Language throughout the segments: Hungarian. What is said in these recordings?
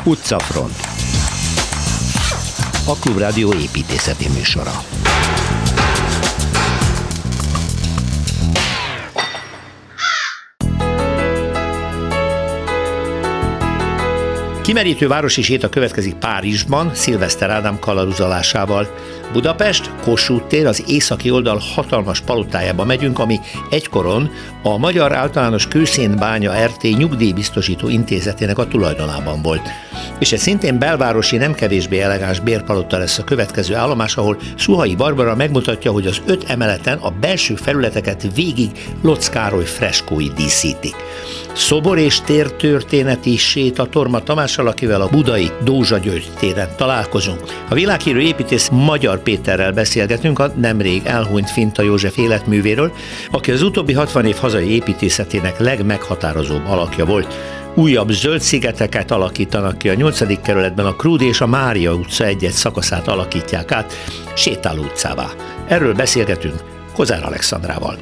Utcafront. A Klubrádió építészeti műsora. Kimerítő városi séta következik Párizsban, Szilveszter Ádám kalaruzolásával. Budapest, Kossuth tér, az északi oldal hatalmas palotájába megyünk, ami egykoron a Magyar Általános Kőszénbánya RT nyugdíjbiztosító intézetének a tulajdonában volt. És egy szintén belvárosi, nem kevésbé elegáns bérpalota lesz a következő állomás, ahol Szuhai Barbara megmutatja, hogy az 5 emeleten a belső felületeket végig Lotz Károly freskói díszítik. Szobor és tértörténeti séta Torma Tamással, akivel a budai Dózsa György téren találkozunk. A világhírű építész Magyar Péterrel beszélgetünk, a nemrég elhunyt Finta József életművéről, aki az utóbbi 60 év hazai építészetének legmeghatározóbb alakja volt. Újabb zöld szigeteket alakítanak ki a 8. kerületben, a Krúdi és a Mária utca egy-egy szakaszát alakítják át sétáló utcává. Erről beszélgetünk Kozár Alexandrával.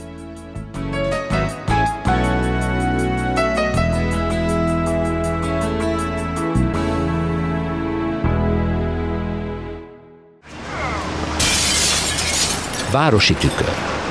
Városi tükör.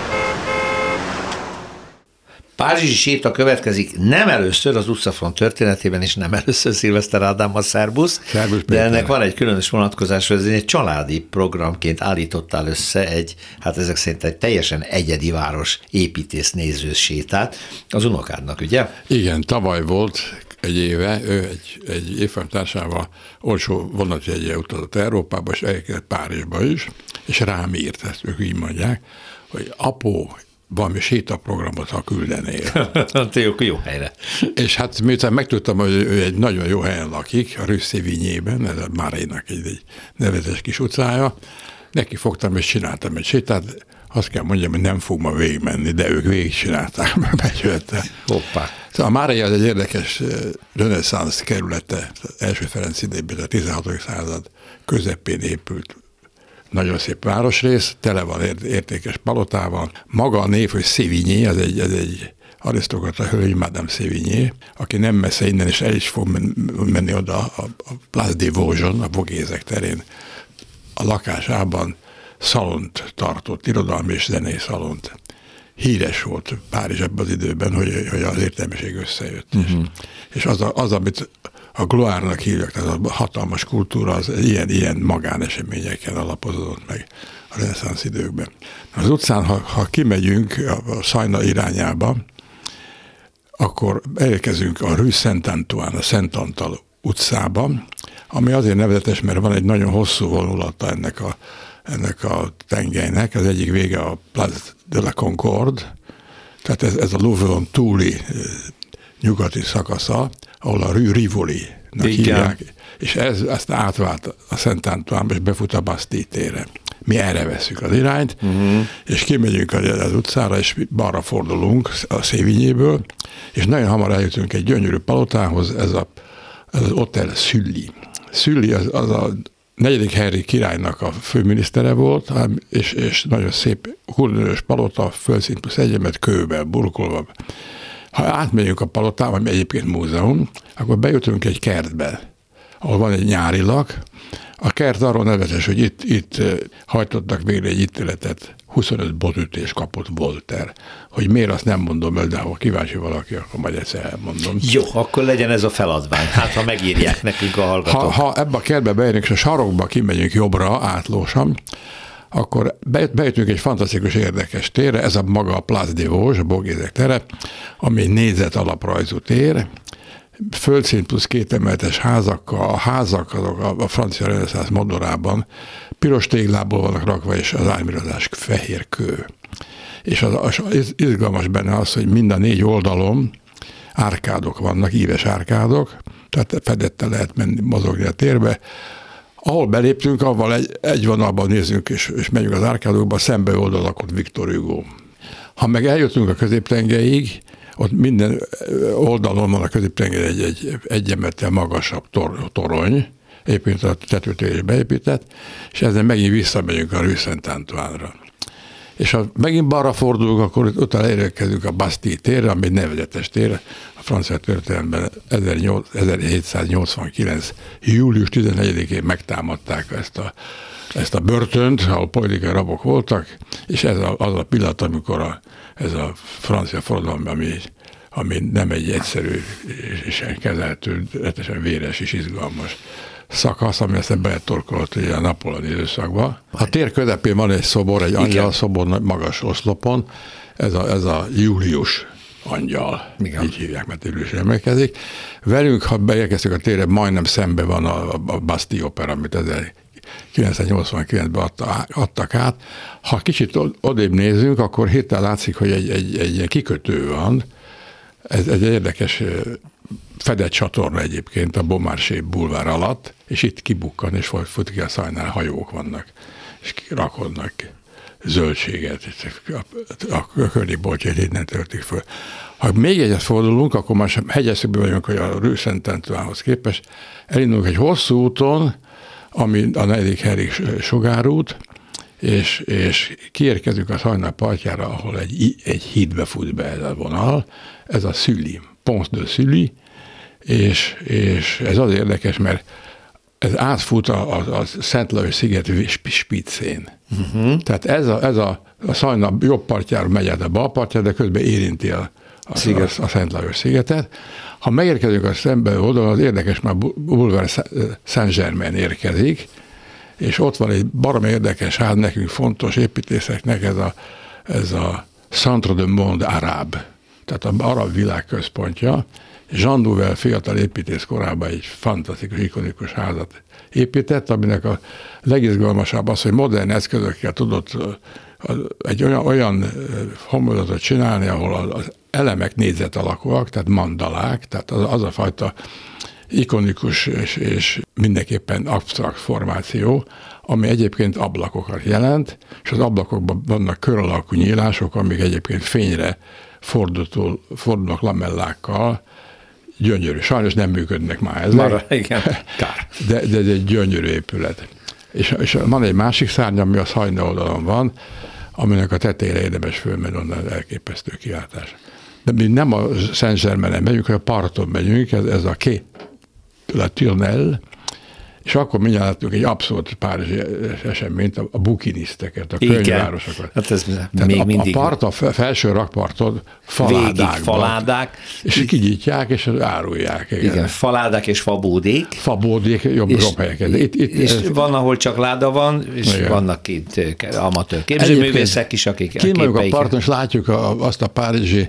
Párizsi séta következik nem először az Utcafront történetében, és nem először Szilveszter Ádámmal, szerbusz, de ennek van egy különös vonatkozás, hogy ez egy családi programként állítottál össze hát ezek szerint egy teljesen egyedi város építész nézős sétát az unokádnak, ugye? Igen, tavaly volt egy éve, ő egy évfolyamtársával olcsó vonatjeggyel utazott Európába, és elkezdett Párizsba is, és rám írt, ezt ők így mondják, hogy apó, valami sétaprogramot, ha küldenél. Jó helyre. És hát miután megtudtam, hogy ő egy nagyon jó helyen lakik, a Rue Sévignében, ez a Márénak egy nevezetes kis utcája, neki fogtam és csináltam egy sétát. Azt kell mondjam, hogy nem fog ma végigmenni, de ők végigcsinálták, mert becsülete. Hoppá. Szóval a Mária az egy érdekes reneszánsz kerülete, az első Ferenc idejében, a 16. század közepén épült nagyon szép városrész, tele van értékes palotával. Maga a név, hogy Sévigné, ez egy arisztokrata hölgy, Madame Sévigné, aki nem messze innen, és el is fog menni oda a Place des Vosges-on, a Vogézek terén. A lakásában szalont tartott, irodalmi és zenei szalont. Híres volt Párizs ebben az időben, hogy az értelmiség összejött. Uh-huh. És az, amit a gloire-nak hívják, tehát a hatalmas kultúra, az ilyen magáneseményeken alapozódott meg a reneszánsz időkben. Az utcán, ha kimegyünk a Szajna irányába, akkor elérkezünk a Rue Saint-Antoine, a Szent Antal utcába, ami azért nevezetes, mert van egy nagyon hosszú vonulata ennek a tengelynek, az egyik vége a Place de la Concorde, tehát ez a Louvre-on túli nyugati szakasza, ahol a Rue Rivoli-nak hívják, és ezt átvált a Szent Antoine-ba, és befut a Bastille térre. Mi erre veszük az irányt, és kimegyünk az utcára, és balra fordulunk a Sévignéből, és nagyon hamar eljutunk egy gyönyörű palotához, ez az Hotel Sully. Sully az a 4. Henry királynak a főminisztere volt, és nagyon szép különös palota, földszint plusz egyemet kővel, burkolva. Ha átmegyünk a palotán, ami egyébként múzeum, akkor bejutunk egy kertbe, ahol van egy nyárilak. A kert arról nevezetes, hogy itt hajtottak végre egy ítéletet, 25 botütés kapott Voltaire. Hogy miért, azt nem mondom el, de ha kíváncsi valaki, akkor majd egyszer elmondom. Jó, akkor legyen ez a feladvány. Hát, ha megírják nekünk a hallgatók. Ha ebbe a kertbe beérünk, és a sarokba kimegyünk jobbra, átlósan, akkor bejutunk egy fantasztikus, érdekes térre, ez a maga a Place des Vosges, a Vogézek tere, ami egy négyzet alaprajzú tér, földszint plusz 2 emeletes házakkal, a házak azok a francia reneszánsz modorában piros téglából vannak rakva, és az ármirozás fehér kő. És az izgalmas benne az, hogy mind a 4 oldalon árkádok vannak, íves árkádok, tehát fedettel lehet menni, mozogni a térbe. Ahol beléptünk, avval egy vonalban nézzünk, és megyünk az árkádokba, szembe oldalak ott Victor Hugo. Ha meg eljutunk a középtengerig, ott minden oldalon van a középtenger egy emelettel magasabb torony, épült a tetőtől is beépített, és ezzel megint visszamegyünk a Rue Saint-Antoine-ra. és ha megint balra fordulunk, akkor utána érkezünk a Bastille térre, ami egy nevezetes tér. A francia történelemben 1789. július 14-én megtámadták ezt a börtönt, ahol politikai rabok voltak, és ez az a pillanat, amikor ez a francia forradalom, ami nem egy egyszerű és kezelhető, rettenetesen véres és izgalmas szakasz, ami aztán beletorkolott a napoloni időszakba. A tér közepén van egy szobor, egy angyal szobor magas oszlopon, ez a Július angyal, igen. Így hívják, mert ő is emlékezik. Velünk, ha beérkeztük a térre, majdnem szembe van a Bastille opera, amit 1989-ben adtak át. Ha kicsit odébb nézünk, akkor hirtelen látszik, hogy egy kikötő van. Ez egy érdekes fedett csatorna egyébként a Beaumarchais bulvár alatt, és itt kibukkan, és fut ki a Szajnál, hajók vannak, és rakodnak zöldséget, a környékboltjait innen töltik föl. Ha még egyet fordulunk, akkor már hegyeszükben vagyunk, hogy a Rue Saint-Antoine-hoz képest elindulunk egy hosszú úton, ami a 4. Henrik sugárút, és kiérkezünk a Szajna partjára, ahol egy hídbe fut be ez a vonal, ez a Sully, Pont de Sully, és ez az érdekes, mert ez átfut a Szent Lajos sziget spiccén. Uh-huh. Tehát ez a Szajna jobb partjára megy át a bal partjára, de közben érinti a Szent Lajos szigetet. Ha megérkezünk a szembe oldalon, az érdekes, már Boulevard Saint-Germain érkezik, és ott van egy baromi érdekes ház, nekünk fontos építészeknek, ez a Centre de Monde Arabe, tehát az arab világ központja. Jean Nouvel fiatal építész korában egy fantasztikus, ikonikus házat épített, aminek a legizgalmasabb az, hogy modern eszközökkel tudott egy olyan homlokzatot csinálni, ahol az elemek négyzet alakúak, tehát mandalák, tehát az a fajta ikonikus és mindenképpen absztrakt formáció, ami egyébként ablakokat jelent, és az ablakokban vannak kör alakú nyílások, amik egyébként fényre fordulnak lamellákkal, gyönyörű. Sajnos nem működnek már ezek. Igen, kár. De ez egy gyönyörű épület. És van egy másik szárny, ami a Szajna oldalon van, aminek a tetejére érdemes fölmenni, onnan elképesztő kilátás. De mi nem a Saint-Germainen megyünk, hanem a parton megyünk, ez a Quai de la Tournelle, és akkor mindjárt láttuk egy abszolút párizsi eseményt, a bukiniszteket, a könyvvárosokat. Hát ez még mindig. A part, a felső rakparton faládák, és kinyitják, és árulják. Igen, faládák és fabódék. Fabódék, jobb helyeken. És van, ahol csak láda van, és igen. Vannak itt amatőr képzőművészek is, akik képeiken. A parton, és látjuk azt a párizsi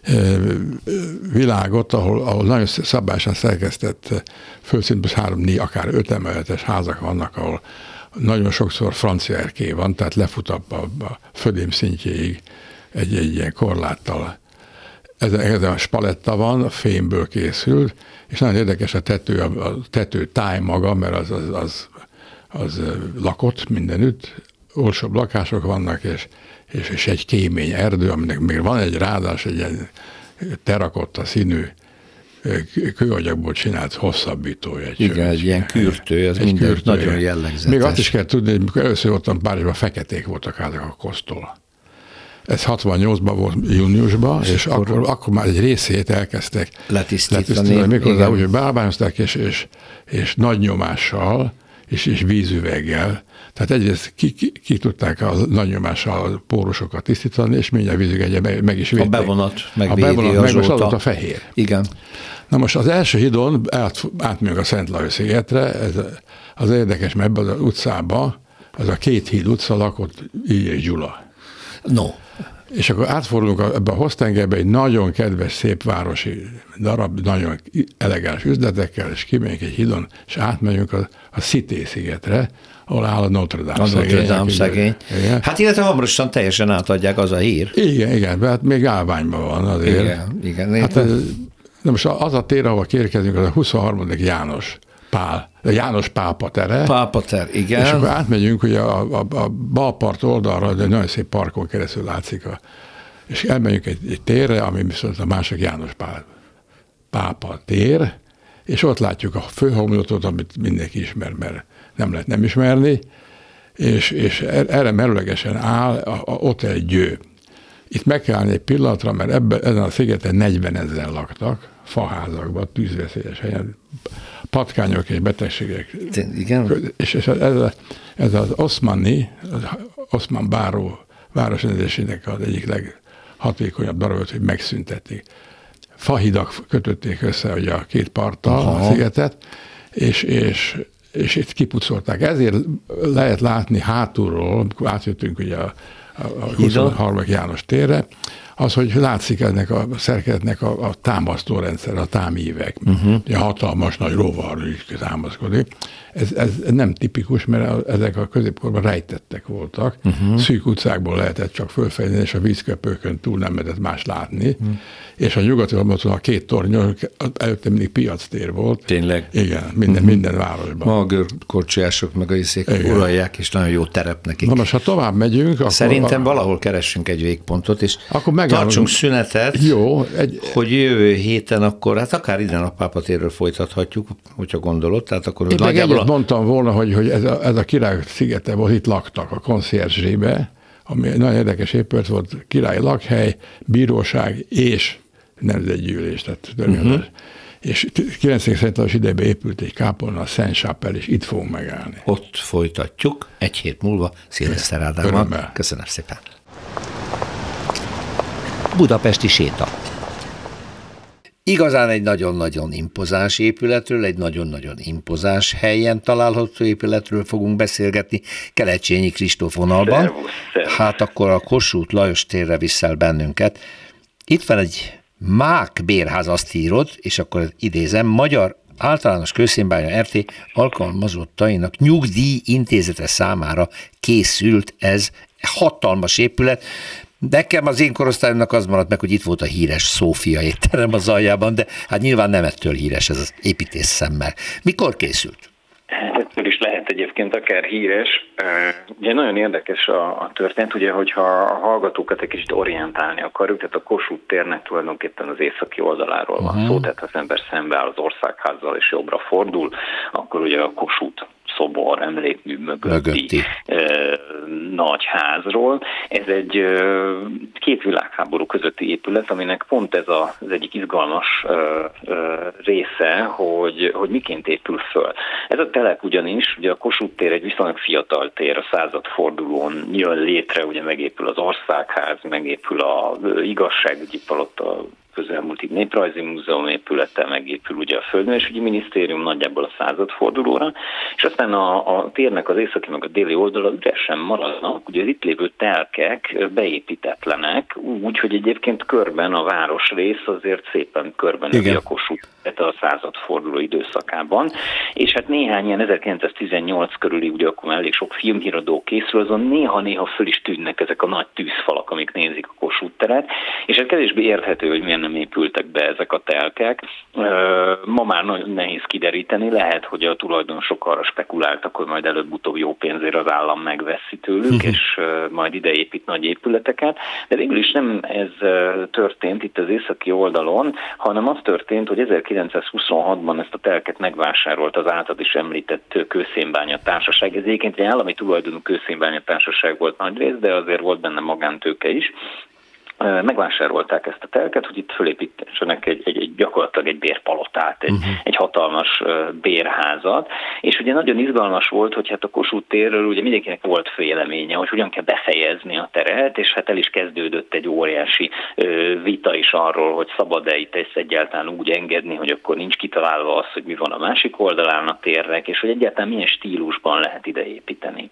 világot, ahol nagyon szabályosan szerkesztett földszintben 3-4, akár 5 emeletes házak vannak, ahol nagyon sokszor francia erkély van, tehát lefut a födém szintjéig egy ilyen korláttal. Ez a spaletta van, a fémből készült, és nagyon érdekes a tető táj maga, mert az lakott mindenütt, olcsóbb lakások vannak, és egy kémény erdő, aminek még van egy ráadás, egy ilyen terrakotta színű kőagyagból csinált hosszabbítója. Igen, egy ilyen kürtő, ez minden kürtő, nagyon jellegzetes. Még azt is kell tudni, hogy mikor először voltam Párizsban, feketék voltak házak a kosztól. Ez 68-ban volt júniusban, és akkor már egy részét elkezdtek letisztítani. Mikor úgy, hogy beállványozták, és nagy nyomással, és vízüveggel. Tehát egyrészt ki tudták a nagy nyomással a pórusokat tisztítani, és mindjárt vízüveggyel meg is védték. A bevonat megvédi most adott a fehér. Igen. Na most az első hídon átmegyünk a Szent Lajos szigetre, ez az érdekes, mert ebben az utcában, az a 2 híd utca lakott Illyés Gyula. No. És akkor átfordulunk ebbe a Hoztengerbe egy nagyon kedves, szép városi darab, nagyon elegáns üzletekkel, és kimegyünk egy hídon, és átmegyünk a Cité szigetre, ahol áll a Notre Dame szegény. Hát illetve hamarosan teljesen átadják, az a hír. Igen, hát még állványban van azért. Igen. Hát na most az a tér, ahol kérkezünk, az a 23. János pápa tere. Pápa ter, igen. És akkor átmegyünk, ugye a balpart oldalra, de nagyon szép parkon keresztül látszik, és elmegyünk egy térre, ami viszont a másik János pápa tér, és ott látjuk a főhomlokzatot, amit mindenki ismer, mert nem lehet nem ismerni, és erre merőlegesen áll ott egy győ. Itt meg kell állni egy pillanatra, mert ezen a szigeten 40 000 laktak, faházakban, tűzveszélyes helyen, patkányok és betegségek. Igen? És ez az Oszmán báró városrendezésének az egyik leghatékonyabb darabja, hogy megszüntették. Fahidak kötötték össze ugye a két parttal a szigetet, és itt kipucolták. Ezért lehet látni hátulról, amikor átjöttünk ugye a 23. János térre, az, hogy látszik ennek a szerkezetnek a támasztórendszer, a támívek. Ugye hatalmas nagy rovar támaszkodik. Ez nem tipikus, mert ezek a középkorban rejtettek voltak. Szűk utcákból lehetett csak fölfejlődni, és a vízköpőkön túl nem lehetett más látni. És a nyugati oldalon a két tornyon előtte mindig piactér volt. Tényleg? Igen, minden városban. Ma a görkorcsolyások meg a iszék uralják, és nagyon jó terep nekik. Na most, ha tovább megyünk, akkor... Szerintem valahol keressünk egy végpontot, és tartsunk szünetet, jó, hogy jövő héten akkor, hát akár ide a Pápatérről folytathatjuk, hogyha gondolod. Tehát akkor én meg egyet mondtam volna, hogy ez a Király szigete volt, itt laktak a konszierzsébe, ami nagyon érdekes épület volt, királyi lakhely, bíróság és nemzetgyűlés, tehát törvényes. És 9. századi idejében épült egy kápolna, a Szent Sápel, és itt fogunk megállni. Ott folytatjuk, egy hét múlva, Szilveszter Ádámmal. Köszönöm szépen. Budapesti séta. Igazán egy nagyon-nagyon impozáns épületről, egy nagyon-nagyon impozáns helyen található épületről fogunk beszélgetni Kelecsényi Kristóf vonalban. Hát akkor a Kossuth Lajos térre viszel bennünket. Itt van egy Mák bérház, azt írod, és akkor idézem, Magyar Általános Kőszénbánya RT alkalmazottainak nyugdíj intézete számára készült ez hatalmas épület. Nekem az én korosztályomnak az maradt meg, hogy itt volt a híres Szófia étterem az aljában, de hát nyilván nem ettől híres ez az építész szemmel. Mikor készült? Ettől is lehet egyébként akár híres. Ugye nagyon érdekes a történet, ugye, hogyha a hallgatókat egy kicsit orientálni akarjuk, tehát a Kossuth térnek tulajdonképpen az északi oldaláról van szó, tehát ha az ember szembeáll az Országházzal és jobbra fordul, akkor ugye a Kossuth szobor, emlékmű mögötti nagy házról. Ez egy két világháború közötti épület, aminek pont ez az egyik izgalmas része, hogy miként épül föl. Ez a telep ugyanis, ugye a Kossuth tér egy viszonylag fiatal tér, a századfordulón jön létre, ugye megépül az Országház, megépül az igazságügyi palota, közelmúltig néprajzi múzeum épülete, megépül ugye a Földművelésügyi Minisztérium nagyjából a századfordulóra, és aztán a térnek az északi meg a déli oldala üresen maradnak, ugye az itt lévő telkek beépítetlenek, úgy, hogy egyébként körben a városrész azért szépen körben növi a Kossuth a századforduló időszakában, és hát néhány ilyen 1918 körüli, ugye akkor elég sok filmhíradó készül, azon néha-néha föl is tűnnek ezek a nagy tűzfalak, amik nézik a Kossuth teret, és hát kevésbé érthető, hogy miért nem épültek be ezek a telkek. Ma már nagyon nehéz kideríteni, lehet, hogy a tulajdonosok arra spekuláltak, hogy majd előbb-utóbb jó pénzért az állam megveszi tőlük, és majd ide épít nagy épületeket, de végül is nem ez történt itt az északi oldalon, hanem az történt, hogy 1926-ban ezt a telket megvásárolt az általad is említett Kőszénbánya Társaság. Ez egyébként egy állami tulajdonú Kőszénbánya Társaság volt nagyrészt, de azért volt benne magántőke is. Megvásárolták ezt a telket, hogy itt fölépítsenek gyakorlatilag egy bérpalotát, egy hatalmas bérházat, és ugye nagyon izgalmas volt, hogy hát a Kossuth térről ugye mindenkinek volt féleménye, hogy hogyan kell befejezni a teret, és hát el is kezdődött egy óriási vita is arról, hogy szabad-e itt ezt egyáltalán úgy engedni, hogy akkor nincs kitalálva az, hogy mi van a másik oldalán a térnek, és hogy egyáltalán milyen stílusban lehet ide építeni.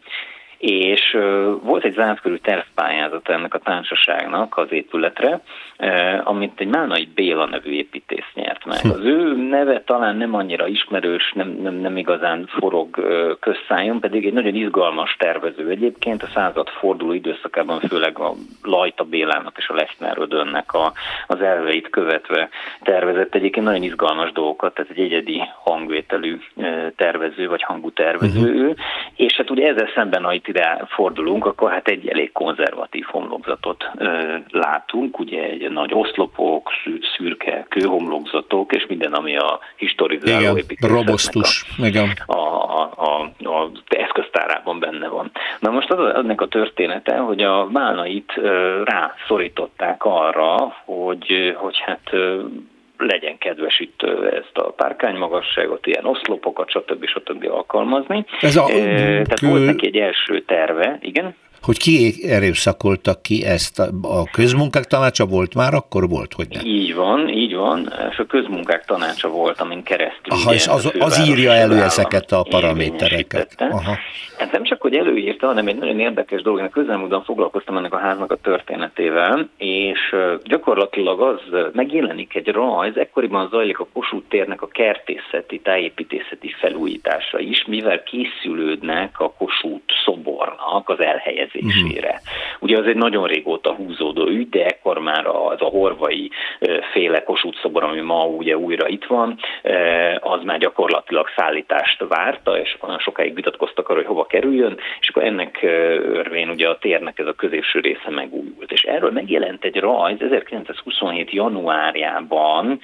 És volt egy zártkörű tervpályázat ennek a társaságnak az épületre, amit egy Málnai Béla nevű építész nyert meg. Az ő neve talán nem annyira ismerős, nem igazán forog közszájon, pedig egy nagyon izgalmas tervező egyébként, a századforduló időszakában főleg a Lajta Bélának és a Lechner Ödönnek az elveit követve tervezett egyébként nagyon izgalmas dolgokat, tehát egy egyedi hangvételű tervező, vagy hangú tervező ő, és hát ugye ezzel szemben, ha itt ide fordulunk, akkor hát egy elég konzervatív homlokzatot látunk, ugye egy nagy oszlopok, szürke kőhomlokzatok, és minden, ami a historizáló építészetnek robosztus, a eszköztár határában benne van. Na most ennek a története, hogy a Málnait rászorították arra, hogy hát legyen kedves itt ezt a párkánymagasságot, ilyen oszlopokat, stb. Alkalmazni. Tehát volt neki egy első terve, igen. Hogy ki erőszakoltak ki ezt? A közmunkák tanácsa volt már, akkor volt, hogy nem? Így van, és a közmunkák tanácsa volt, amin keresztül. Aha, és az írja elő ezeket a paramétereket. Aha. Hát nem csak, hogy előírta, hanem egy nagyon érdekes dolog. Én közelmúltban foglalkoztam ennek a háznak a történetével, és gyakorlatilag az megjelenik egy rajz, ekkoriban zajlik a Kossuth térnek a kertészeti, tájépítészeti felújítása is, mivel készülődnek a Kossuth szobornak az elhelyezésére. Ugye az egy nagyon régóta húzódó ügy, de ekkor már az a horvai féle Kossuth szobor, ami ma ugye újra itt van, az már gyakorlatilag szállítást várta, és nagyon sokáig vitatkoztak arról, hogy hova kerüljön, és akkor ennek örvén ugye a térnek ez a középső része megújult. És erről megjelent egy rajz 1927. januárjában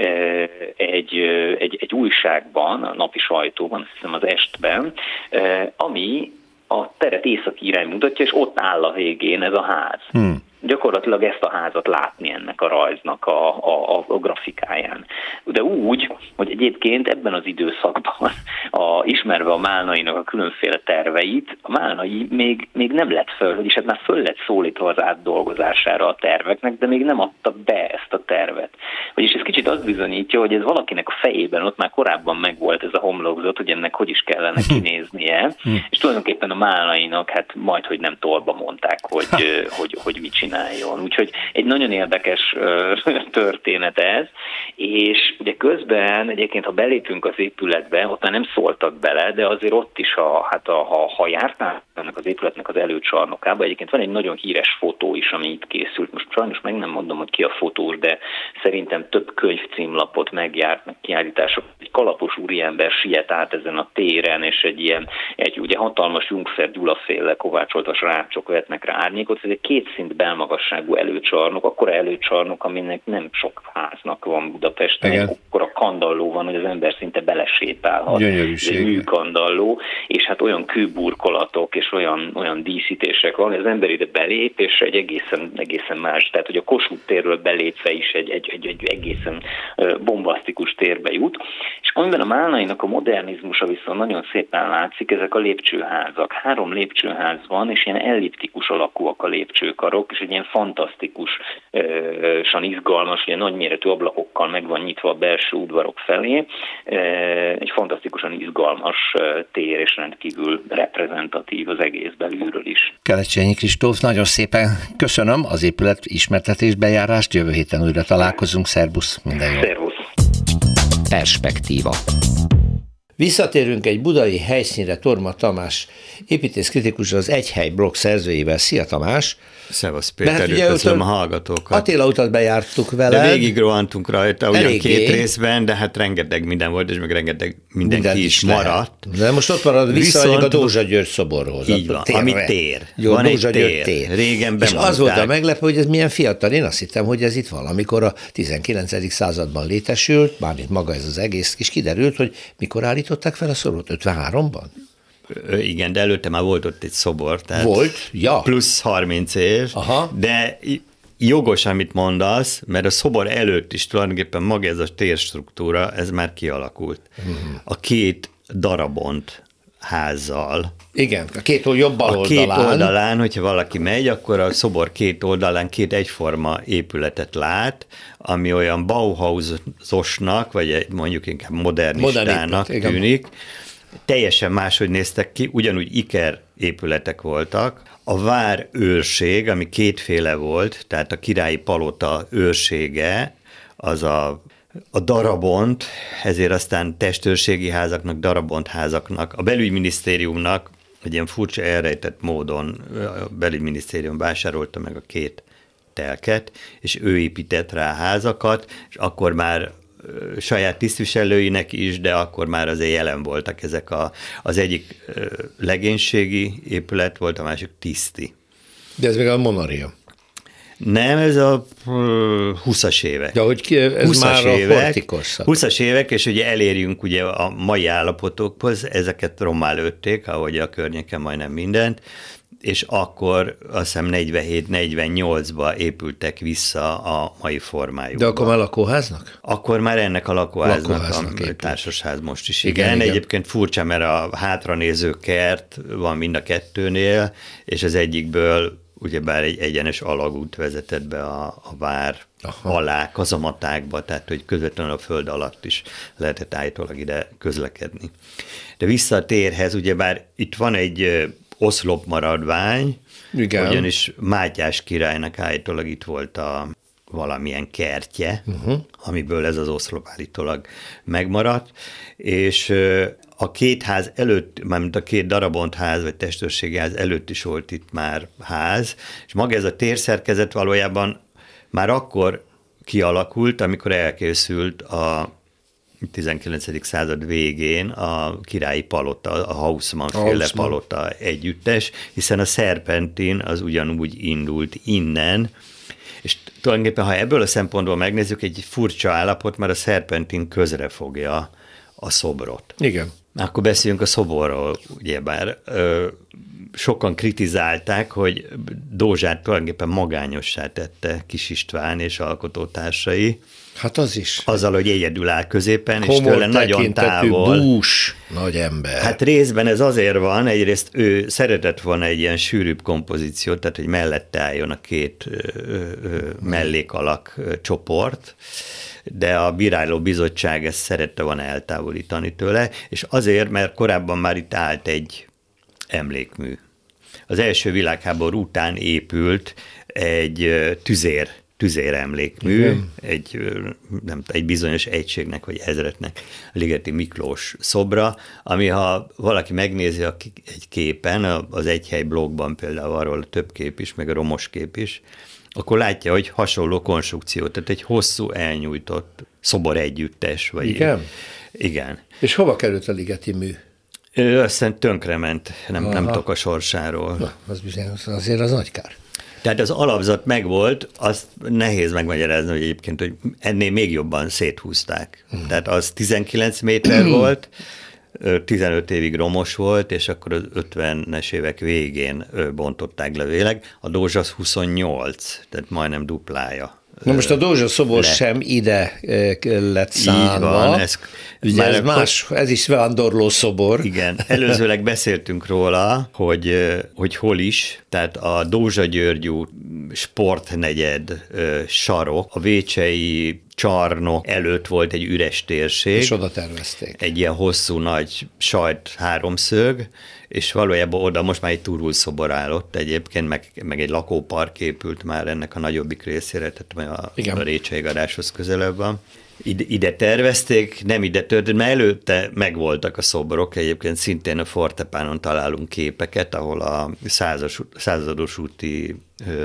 egy újságban, a napi sajtóban, azt hiszem az Estben, ami a teret északi irány mutatja, és ott áll a végén ez a ház. Gyakorlatilag ezt a házat látni ennek a rajznak a grafikáján. De úgy, hogy egyébként ebben az időszakban, ismerve a Málnainak a különféle terveit, a Málnai még nem lett föl, vagyis hát már föl lett szólítva az átdolgozására a terveknek, de még nem adta be ezt a tervet. Vagyis ez kicsit azt bizonyítja, hogy ez valakinek a fejében ott már korábban megvolt ez a homlokzat, hogy ennek hogy is kellene kinéznie, és tulajdonképpen a Málnainak hát majdhogy nem tolba mondták, hogy mit csináljon. Úgyhogy egy nagyon érdekes történet ez, és ugye közben egyébként, ha belépünk az épületbe, ott már nem szóltak bele, de azért ott is, ha jártál ennek az épületnek az előcsarnokába, egyébként van egy nagyon híres fotó is, ami itt készült. Most sajnos meg nem mondom, hogy ki a fotós, de szerintem több könyvcímlapot megjárt, meg kiállítások. Egy kalapos úriember siet át ezen a téren, és egy ugye hatalmas Jungfer Gyula-féle kovácsoltas rácsok vetnek rá árnyékot. Ez egy 2 szint belmagasságú előcsarnok, akkora előcsarnok, aminek nem sok háznak van Budapesten, akkora kandalló van, hogy az ember szinte belesétálhat. Ez egy műkandalló, és hát olyan kőburkolatok és olyan díszítések van, hogy az ember ide belép, és egy egészen más. Tehát, hogy a Kossuth térről belépve is egy egészen bombasztikus térbe jut. És amiben a Málnainak a modernizmusa viszont nagyon szépen látszik, ezek a lépcsőházak. 3 lépcsőház van, és ilyen elliptikus alakúak a lépcsőkarok, és egy ilyen fantasztikusan izgalmas, ugye nagyméretű ablakokkal meg van nyitva a belső udvarok felé. Egy fantasztikusan izgalmas tér, és rendkívül reprezentatív az egész belülről is. Kelecsényi Kristóf, nagyon szépen köszönöm az épület ismertetés bejárást, jövő héten újra találkozunk, szervusz, minden jó. Szervusz. Perspektíva. Visszatérünk egy budai helyszínre, Torma Tamás építészkritikus, az Egyhely blog szerzőjével. Szia Tamás! Szevasz Péter, köszönöm a hallgatókat. Attila utat bejártuk vele. De végig rohantunk rajta, ugyan 2 részben, de hát rengeteg minden volt, és meg rengeteg mindenki is maradt. De most ott marad vissza a Dózsa György szoborhoz. Így van, ami tér. Jó, van Dózsa egy tér. Régen bemondták. És az volt a meglepő, hogy ez milyen fiatal. Én azt hittem, hogy ez itt valamikor a 19. században létesült, mármint maga ez az egész, és kiderült, hogy mikor állították fel a szobrot? 53-ban? Igen, de előtte már volt ott egy szobor. Tehát volt? Ja. Plusz 30 év. Aha. De jogos, amit mondasz, mert a szobor előtt is tulajdonképpen maga ez a térstruktúra, ez már kialakult. A 2 darabont házzal. Igen, a 2 jobb bal oldalán. A 2 oldalán, hogyha valaki megy, akkor a szobor 2 oldalán 2 egyforma épületet lát, ami olyan Bauhausosnak, vagy mondjuk inkább modernistának tűnik. Teljesen máshogy néztek ki, ugyanúgy iker épületek voltak. A vár őrség, ami 2 volt, tehát a királyi palota őrsége, az a darabont, ezért aztán testőrségi házaknak, darabonttházaknak, a belügyminisztériumnak egy ilyen furcsa elrejtett módon a belügyminisztérium vásárolta meg a 2 telket, és ő épített rá házakat, és akkor már saját tisztviselőinek is, de akkor már azért jelen voltak ezek az egyik legénységi épület volt, a másik tiszti. De ez még a Monaria. Nem, ez a 20-as évek. De hogy ez 20-as már évek, a hortikorszak. 20-as évek, és ugye elérjünk ugye a mai állapotokhoz, ezeket rommá lőtték, ahogy a környéken majdnem mindent, és akkor azt hiszem 47-48-ba épültek vissza a mai formájukba. De akkor már lakóháznak? Akkor már ennek a lakóháznak a társasház most is. Igen. Egyébként furcsa, mert a hátranéző kert van mind a kettőnél, és az egyikből ugyebár egy egyenes alagút vezetett be a vár alá, kazamatákba, tehát hogy közvetlenül a föld alatt is lehetett állítólag ide közlekedni. De vissza a térhez, ugyebár itt van egy oszlop maradvány, igen. Ugyanis Mátyás királynak állítólag itt volt valamilyen kertje, amiből ez az oszlop állítólag megmaradt, és a két ház előtt, mármint a két darabont ház, vagy testőrségi ház előtt is volt itt már ház, és maga ez a térszerkezet valójában már akkor kialakult, amikor elkészült a 19. század végén a királyi palota, a Haussmann-féle palota együttes, hiszen a szerpentin az ugyanúgy indult innen, és tulajdonképpen, ha ebből a szempontból megnézzük, egy furcsa állapot, mert a szerpentin közrefogja a szobrot. Igen. Akkor beszéljünk a szoborról, ugyebár sokan kritizálták, hogy Dózsát tulajdonképpen magányossá tette Kis István és alkotótársai. Hát az is. Azzal, hogy egyedül áll középen, és tőle nagyon távol. Bús nagy ember. Hát részben ez azért van, egyrészt ő szeretett volna egy ilyen sűrűbb kompozíciót, tehát hogy mellette álljon a két mellékalak csoport, de a bíráló bizottság ezt szerette volna eltávolítani tőle, és azért, mert korábban már itt állt egy emlékmű. Az első világháború után épült egy tüzér emlékmű, egy bizonyos egységnek, vagy ezrednek, Ligeti Miklós szobra, ami ha valaki megnézi egy képen, az Egyhely blogban például arról több kép is, meg a romos kép is, akkor látja, hogy hasonló konstrukció, tehát egy hosszú elnyújtott szobor együttes. Vagy igen? Igen. És hova került a ligeti mű? Aztán tönkrement, nem tudok a sorsáról. Na, az bizonyos, azért az nagy kár. Tehát az alapzat megvolt, azt nehéz megmagyarázni, hogy egyébként, hogy ennél még jobban széthúzták. Tehát az 19 méter volt, 15 évig romos volt, és akkor az 50-es évek végén bontották le végleg. A Dózsa az 28, tehát majdnem duplája. Na most a Dózsa szobor sem ide lett szánva. Így van, ez is vándorló szobor. Igen, előzőleg beszéltünk róla, hogy hol is, tehát a Dózsa-Györgyű sportnegyed sarok, a Vécsei csarnok előtt volt egy üres térség. És oda tervezték. Egy ilyen hosszú, nagy sajt háromszög, és valójában oda most már egy turulszobor állott egyébként, meg egy lakópark épült már ennek a nagyobbik részére, tehát a Récsei garázshoz közelebb van. Ide tervezték, nem ide történt, mert előtte megvoltak a szobrok, egyébként szintén a Fortepánon találunk képeket, ahol a százados úti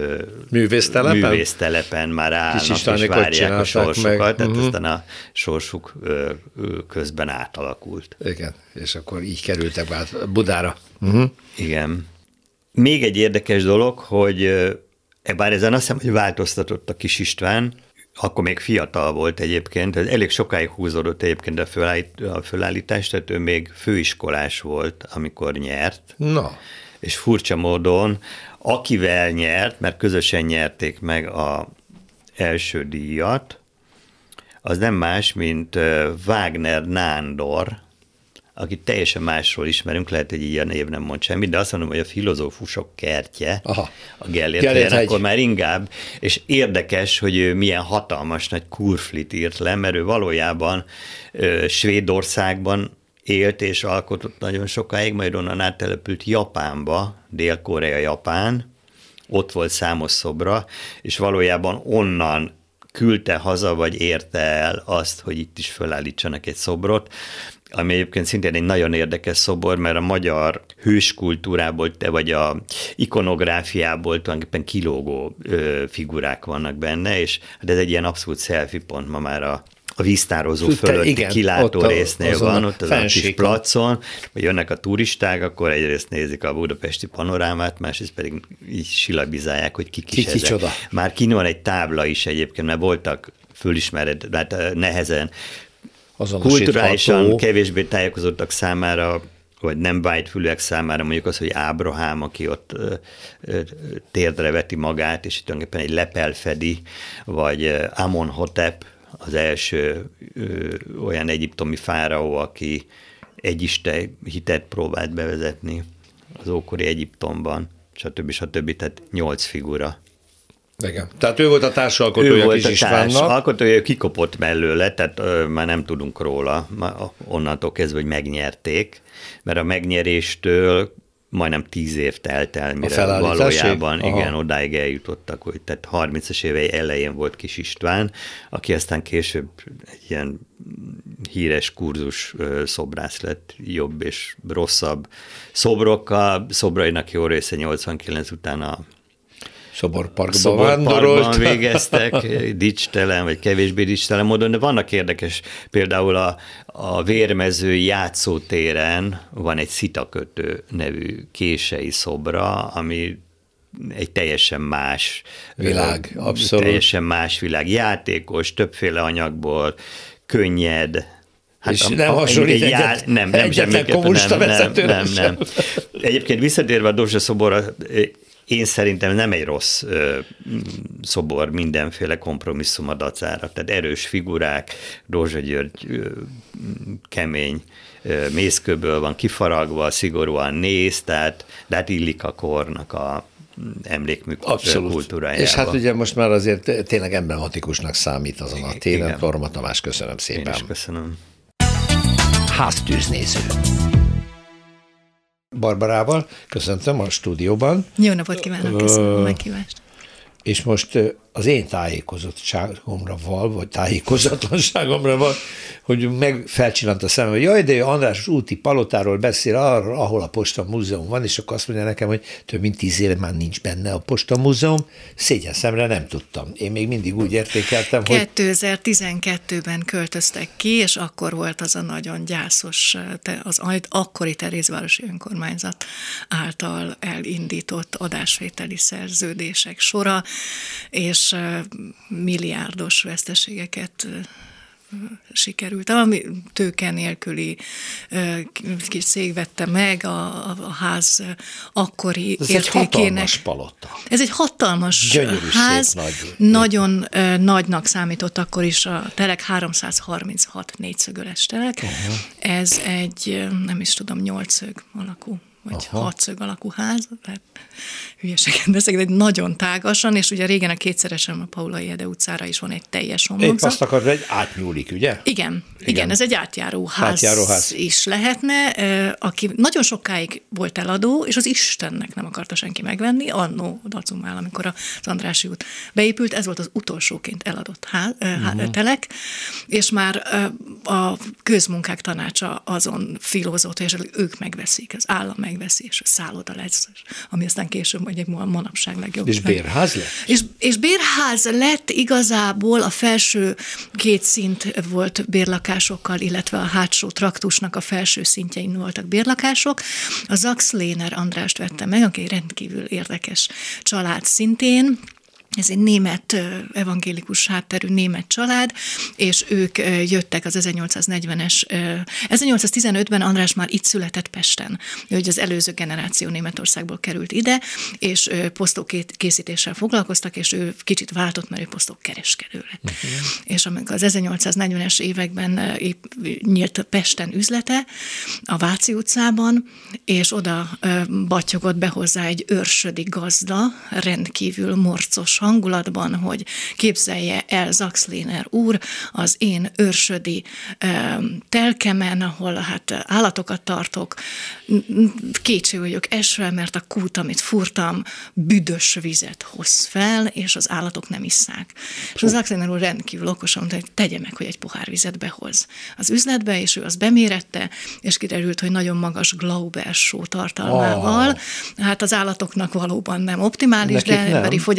művésztelepen már állnak és várják a sorsukat, tehát aztán a sorsuk közben átalakult. Igen, és akkor így kerültek át Budára. Igen. Még egy érdekes dolog, hogy bár ezen azt hiszem, hogy változtatott a Kis István, akkor még fiatal volt egyébként, elég sokáig húzódott egyébként a fölállítás, tehát ő még főiskolás volt, amikor nyert. Na. És furcsa módon, akivel nyert, mert közösen nyerték meg az első díjat, az nem más, mint Wagner Nándor, akit teljesen másról ismerünk, lehet, hogy így a név nem mond semmit, de azt mondom, hogy a filozófusok kertje, a Gellért akkor már inkább, és érdekes, hogy ő milyen hatalmas nagy kurflit írt le, mert ő valójában Svédországban élt és alkotott nagyon sokáig, majd onnan áttelepült Japánba, Dél-Korea, Japán, ott volt számos szobra, és valójában onnan küldte haza, vagy érte el azt, hogy itt is fölállítsanak egy szobrot, ami egyébként szintén egy nagyon érdekes szobor, mert a magyar hőskultúrából, vagy a ikonográfiából tulajdonképpen kilógó figurák vannak benne, és hát ez egy ilyen abszolút selfie pont ma már a a víztározó fölötti kilátó résznél van, ott az a kis placon, vagy jönnek a turisták, akkor egyrészt nézik a budapesti panorámát, másrészt pedig így silabizálják, hogy ki ezek. Már kint van egy tábla is egyébként, mert voltak fölismered, hát nehezen kulturálisan kevésbé tájékozottak számára, vagy nem vágyfülűek számára mondjuk az, hogy Ábrahám, aki ott térdre veti magát, és itt tulajdonképpen egy lepel fedi, vagy Amenhotep, az első olyan egyiptomi fáraó, aki egyisten hitet próbált bevezetni az ókori Egyiptomban, stb. Tehát 8 figura. Igen. Tehát ő volt a társalkotója Kis Istvánnak. Ő volt a társalkotója, kikopott mellőle, tehát már nem tudunk róla, onnantól kezdve, hogy megnyerték, mert a megnyeréstől majdnem 10 év telt el, mire valójában igen, odáig eljutottak, hogy tehát 30-as évei elején volt Kis István, aki aztán később egy ilyen híres kurzus szobrász lett, jobb és rosszabb szobrokkal, szobrainak jó része 89 után a Szoborparkban végeztek, dicstelen, vagy kevésbé dicstelen módon, de vannak érdekes, például a Vérmezői játszótéren van egy Szitakötő nevű kései szobra, ami egy teljesen más világ, abszolút. Teljesen más világ, játékos, többféle anyagból, könnyed, hát és nem hasonlít egyetlen kommunista vezetőre sem. Egyébként visszatérve a Dózsa szoborra, én szerintem nem egy rossz szobor mindenféle kompromisszum dacára. Tehát erős figurák, Dózsa György kemény mészkőből van kifaragva, szigorúan néz, tehát, de hát illik a kornak a emlékmű kultúrájába. És hát ugye most már azért tényleg emblematikusnak számít azon a téren. Torma Tamás, köszönöm szépen. Én is köszönöm. Háztűznéző. Barbarával köszöntöm a stúdióban. Jó napot kívánok, köszönöm a meghívást. És most az én tájékozottságomra val, vagy tájékozatlanságomra val, hogy felcsillant a szemem, hogy jaj, de ő András úti palotáról beszél arra, ahol a Posta Múzeum van, és akkor azt mondja nekem, hogy több mint 10 éve már nincs benne a Posta Múzeum. Szégyen szemre nem tudtam. Én még mindig úgy értékeltem, hogy... 2012-ben költöztek ki, és akkor volt az a nagyon gyászos, az akkori Terézvárosi Önkormányzat által elindított adásvételi szerződések sora, és milliárdos veszteségeket sikerült. Ami tőke nélküli kis cég vette meg a ház akkori ez értékének. Ez egy hatalmas palota. Ez egy hatalmas gyönyörű, ház. Szép, nagy. Nagyon nagynak számított akkor is a telek, 336 négyszögöles telek. Ez egy, nem is tudom, 8 szög alakú vagy 6 szög alakú ház, tehát hülyeséget beszélek, de nagyon tágasan, és ugye régen a kétszeresen a Paulai Ede utcára is van egy teljes homlokzat. Épp azt akarod, hogy átnyúlik, ugye? Igen, ez egy átjáró ház is lehetne, aki nagyon sokáig volt eladó, és az Istennek nem akarta senki megvenni, annó Dacumál, amikor az Andrássy út beépült, ez volt az utolsóként eladott telek, és már a közmunkák tanácsa azon filózott, és ők megveszik, az állam megveszi, és a szálloda lesz, ami aztán később egy manapság legjobb. És bérház lett? És bérház lett igazából, a felső 2 szint volt bérlakásokkal, illetve a hátsó traktusnak a felső szintjein voltak bérlakások. A Sachs-Lehner Andrást vette meg, aki rendkívül érdekes család szintén. Ez egy német, evangélikus hátterű német család, és ők jöttek az 1840-es, 1815-ben András már itt született Pesten, hogy az előző generáció Németországból került ide, és posztókészítéssel foglalkoztak, és ő kicsit váltott, mert ő posztókereskedő lett. És amikor az 1840-es években nyílt Pesten üzlete, a Váci utcában, és oda battyogott be hozzá egy őrsödi gazda, rendkívül morcos hangulatban, hogy képzelje el Sachs-Lehner úr az én őrsödi telkemen, ahol hát állatokat tartok, kétségbe vagyok esve, mert a kút, amit furtam, büdös vizet hoz fel, és az állatok nem isszák. És az Sachs-Lehner úr rendkívül okosan mondta, hogy tegye meg, hogy egy pohár vizet behoz az üzletbe, és ő azt bemérette, és kiderült, hogy nagyon magas Glauber-só tartalmával. Hát az állatoknak valóban nem optimális, de emberi fogyasztásra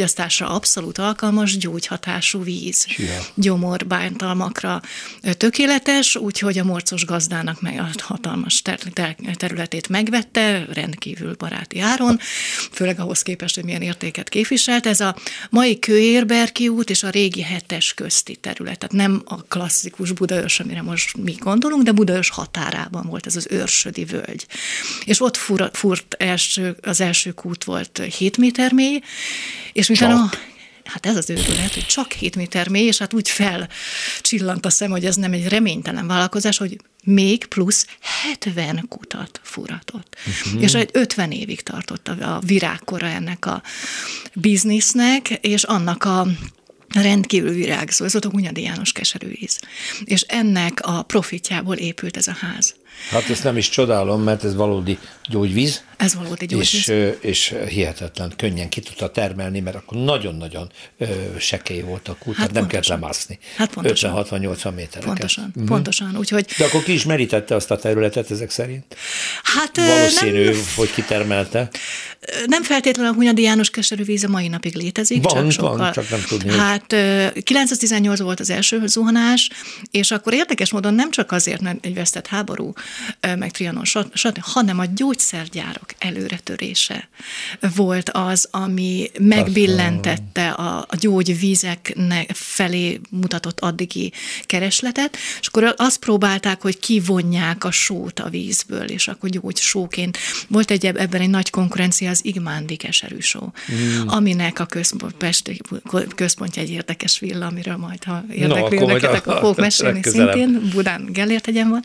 abszolút alkalmas gyógyhatású víz. Gyomorbántalmakra tökéletes, úgyhogy a morcos gazdának meg a hatalmas területét megvette, rendkívül baráti áron, főleg ahhoz képest, hogy milyen értéket képviselt. Ez a mai Kőérberki út és a régi 7-es közti terület, tehát nem a klasszikus Budaörs, amire most mi gondolunk, de Budaörs határában volt ez az őrsödi völgy. És ott furt az első kút volt 7 méter mély, és miután hát ez az őrület, hogy csak 7 méter mély, és hát úgy felcsillant a szem, hogy ez nem egy reménytelen vállalkozás, hogy még plusz 70 kutat furatott. És egy 50 évig tartott a virágkora ennek a biznisznek, és annak a rendkívül virágzó, ez volt a Hunyadi János keserűvíz. És ennek a profitjából épült ez a ház. Hát ezt nem is csodálom, mert ez valódi gyógyvíz. Ez valódi gyógyvíz. És hihetetlen könnyen ki tudta termelni, mert akkor nagyon-nagyon sekély volt a kút, tehát nem kellett lemászni. Hát 50-60-80 métereket. Pontosan. Úgyhogy... De akkor ki is merítette azt a területet ezek szerint? Hát valószínű, hogy kitermelte. Nem feltétlenül a Hunyadi János keserűvíz a mai napig létezik. Van, csak nem tudni. Hát 918 volt az első zuhanás, és akkor érdekes módon nem csak azért, mert egy vesztett háború, meg Trianon, hanem a gyógyszergyárak előretörése volt az, ami megbillentette a gyógyvízek felé mutatott addigi keresletet, és akkor azt próbálták, hogy kivonják a sót a vízből, és akkor gyógysóként. Volt ebben egy nagy konkurencia, az igmándi keserűsó, aminek a központja egy érdekes villa, amiről majd, ha érdekli önöket, akkor fogok mesélni szintén, Budán Gellért hegyen van.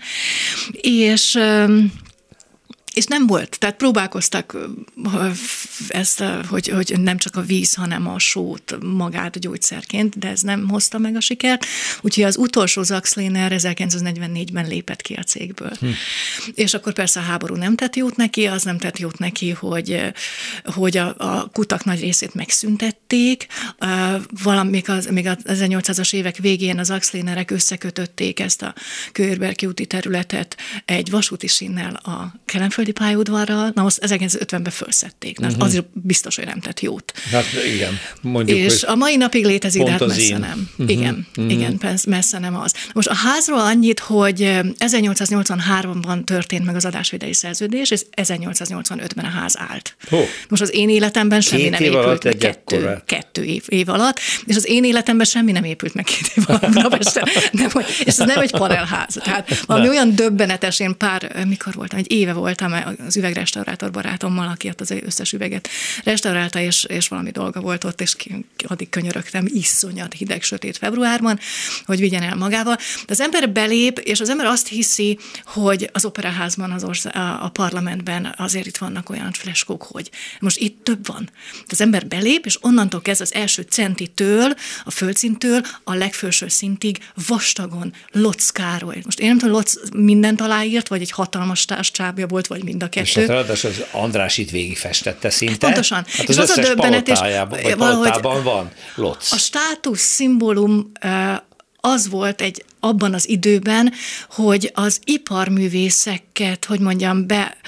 És nem volt. Tehát próbálkoztak ezt, hogy nem csak a víz, hanem a sót magát gyógyszerként, de ez nem hozta meg a sikert. Úgyhogy az utolsó Sachs-Lehner 1944-ben lépett ki a cégből. És akkor persze a háború nem tett jót neki, az nem tett jót neki, hogy a kutak nagy részét megszüntették. Még az 1800-as évek végén az Sachs-Lehnerek összekötötték ezt a Kőérberki úti területet egy vasúti sínnel a Kelenföldi pályaudvarral, na most 1950-ben fölszedték. Azért biztos, hogy nem tett jót. Hát igen. Mondjuk, és a mai napig létezik, de hát messze nem. Igen, messze nem az. Most a házról annyit, hogy 1883-ban történt meg az adásvételi szerződés, és 1885-ben a ház állt. Most az én életemben semmi nem épült meg. Kettő év alatt, és az én életemben semmi nem épült meg 2 év alatt Budapesten. És ez nem egy panelház. Tehát valami olyan döbbenetes, én mikor voltam, egy éve voltam az üvegrestaurátor barátommal, aki ott az összes üveget restaurálta, és valami dolga volt ott, és addig könyörögtem iszonyat hideg, sötét februárban, hogy vigyen el magával. De az ember belép, és az ember azt hiszi, hogy az operaházban, a parlamentben azért itt vannak olyan freskók, hogy most itt több van. Az ember belép, és onnantól kezd az első centitől, a földszintől a legfelső szintig vastagon Lotz Károly. Most én nem tudom, Lotz mindent aláírt, vagy egy hatalmas társcsábja volt, vagy mind a kettő. És hát ráadásul az András itt végigfestette szinte. Pontosan. Hát az összes palotában van Lotz. A státusz szimbólum az volt abban az időben, hogy az iparművészeket, hogy mondjam,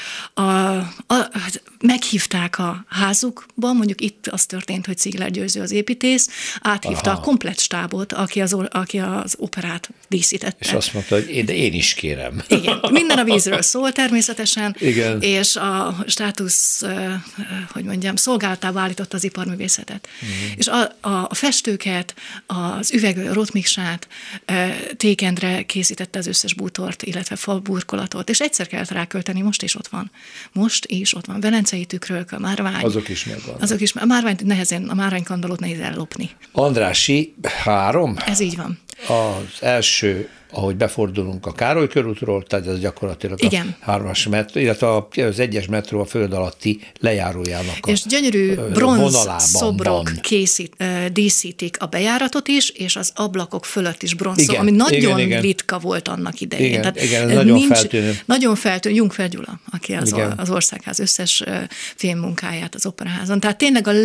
meghívták a házukba, mondjuk itt az történt, hogy Ziegler Győző az építész, áthívta a komplett stábot, aki az operát díszítette. És azt mondta, hogy én is kérem. Igen, minden a vízről szól természetesen, igen. És a státusz, hogy mondjam, szolgálatába állította az iparművészetet. És a festőket, az rotmiksát, Tékendre készítette az összes bútort, illetve falburkolatot, és egyszer kellett rákölteni, most is ott van. Velencei tükrök, a márvány. Azok is megvannak. A márványt a márványkandallót nehéz ellopni. Andrássy 3. Ez így van. Az első, ahogy befordulunk a Károly körútról, tehát ez gyakorlatilag igen. A 3-as metró, illetve az 1-es metró a föld alatti lejárójának és gyönyörű bronz szobrok díszítik a bejáratot is, és az ablakok fölött is bronz, ami nagyon ritka volt annak idején. Igen, nagyon feltűnő. Nagyon feltűnő, Jungfer Gyula, aki az Országház összes filmmunkáját az operaházon. Tehát tényleg a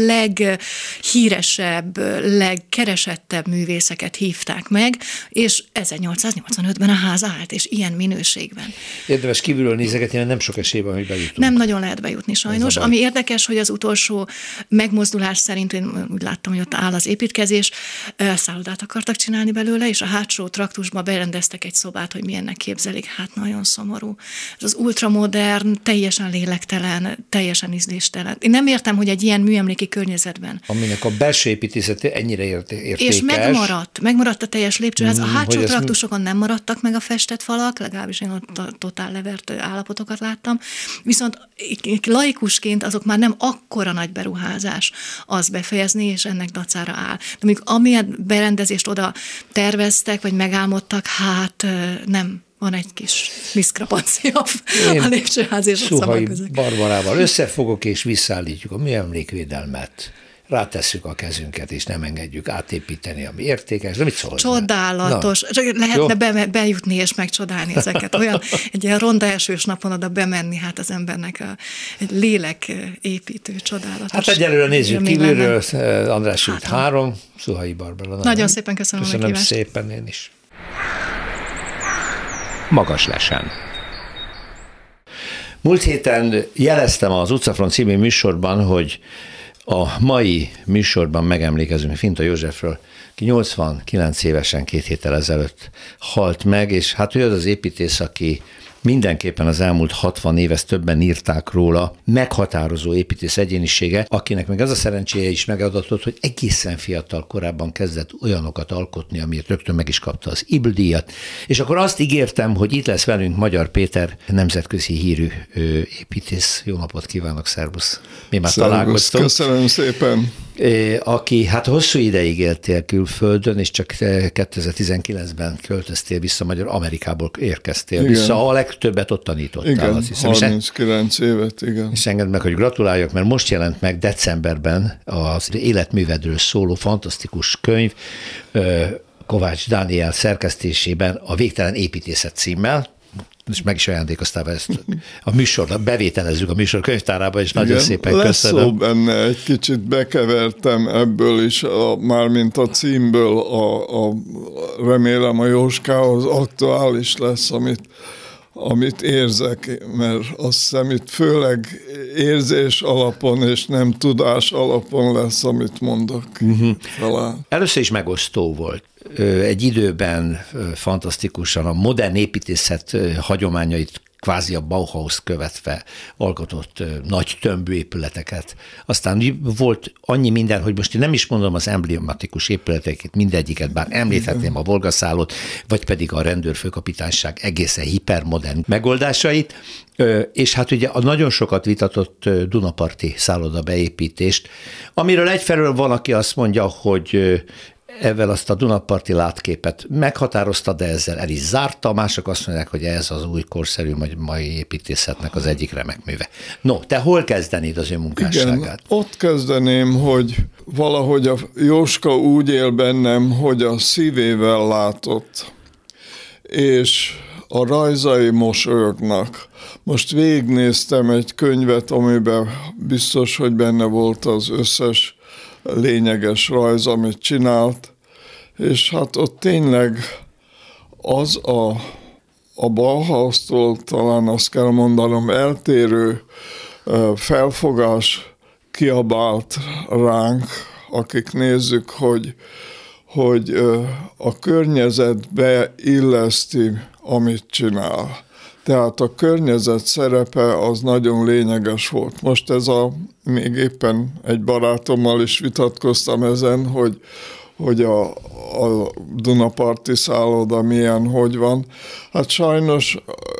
leghíresebb, legkeresettebb művészeket hívták meg, és 1800 1985-ben a ház állt, és ilyen minőségben. Érdemes kívülről nézegetni, mert nem sok esélyben, hogy bejutunk. Nem nagyon lehet bejutni sajnos. Ami érdekes, hogy az utolsó megmozdulás szerint, én úgy láttam, hogy ott áll az építkezés, szállodát akartak csinálni belőle, és a hátsó traktusba berendeztek egy szobát, hogy milyennek képzelik. Hát nagyon szomorú. Ez az ultramodern, teljesen lélektelen, teljesen ízléstelen. Én nem értem, hogy egy ilyen műemléki környezetben. Aminek a belső építészete ennyire értékes. És megmaradt a teljes lépcsőház. A hátsó traktusokon nem maradtak meg a festett falak, legalábbis én ott totál levert állapotokat láttam. Viszont laikusként azok már nem akkora nagy beruházás az befejezni, és ennek dacára áll. De mondjuk amilyen berendezést oda terveztek, vagy megálmodtak, hát nem. Van egy kis diszkrepancia a lépcsőház és a szobák között. Barbarával összefogok, és visszaállítjuk a műemlékvédelmet. Rátesszük a kezünket, és nem engedjük átépíteni, ami értékes. De mit szólsz? Csodálatos. Lehetne bejutni és megcsodálni ezeket. Olyan egy ilyen ronda esős napon oda bemenni, hát az embernek egy léleképítő, csodálatos. Hát egyelőre nézzük kívülről. András út 3, Szuhai Barbara. Nagyon szépen köszönöm a meghívást. Köszönöm szépen én is. Magas lesen. Múlt héten jeleztem az Utcafront című műsorban, hogy a mai műsorban megemlékezünk Finta Józsefről, ki 89 évesen 2 héttel ezelőtt halt meg, és hát ő az az építész, aki mindenképpen az elmúlt 60 év, ezt többen írták róla, meghatározó építész egyénisége, akinek meg az a szerencséje is megadatott, hogy egészen fiatal korában kezdett olyanokat alkotni, amiért rögtön meg is kapta az Ibl-díjat. És akkor azt ígértem, hogy itt lesz velünk Magyar Péter, nemzetközi hírű építész. Jó napot kívánok, szervusz! Mi már találkoztunk. Köszönöm szépen! Aki hát hosszú ideig éltél külföldön, és csak 2019-ben költöztél vissza, Amerikából érkeztél igen. vissza, a legtöbbet ott tanítottál. Igen, azt hiszem. 39 évet, igen. És engedd meg, hogy gratuláljak, mert most jelent meg decemberben az életművedről szóló fantasztikus könyv, Kovács Dániel szerkesztésében a Végtelen építészet címmel, és meg is ajándékoztál ezt a műsorra, bevételezzük a műsor könyvtárába, és nagyon szépen lesz köszönöm. Szó benne, egy kicsit bekevertem ebből is, mármint a címből, remélem a Jóskához aktuális lesz, amit érzek, mert azt hiszem itt főleg érzés alapon és nem tudás alapon lesz, amit mondok. Talán. Először is megosztó volt. Egy időben fantasztikusan a modern építészet hagyományait kvázi a Bauhaus követve alkotott nagy tömbű épületeket. Aztán volt annyi minden, hogy most én nem is mondom az emblematikus épületeket, mindegyiket, bár említhetném a Volgaszállót, vagy pedig a rendőrfőkapitányság egészen hipermodern megoldásait, és hát ugye a nagyon sokat vitatott Dunaparti szálloda beépítést, amiről egyfelől van, aki azt mondja, hogy ezzel azt a Dunaparti látképet meghatározta, de ezzel el is zárta, mások azt mondják, hogy ez az új korszerű mai építészetnek az egyik remek műve. No, te hol kezdenéd az ő munkásságát? Igen, ott kezdeném, hogy valahogy a Jóska úgy él bennem, hogy a szívével látott, és a rajzai mosolyognak. Most végignéztem egy könyvet, amiben biztos, hogy benne volt az összes lényeges rajz, amit csinált, és hát ott tényleg az a Bauhaustól talán azt kell mondanom eltérő felfogás kiabált ránk, akik nézzük, hogy a környezetbe illeszti, amit csinál. Tehát a környezet szerepe az nagyon lényeges volt. Most még éppen egy barátommal is vitatkoztam ezen, hogy a Dunaparti szálloda milyen, hogy van. Hát sajnos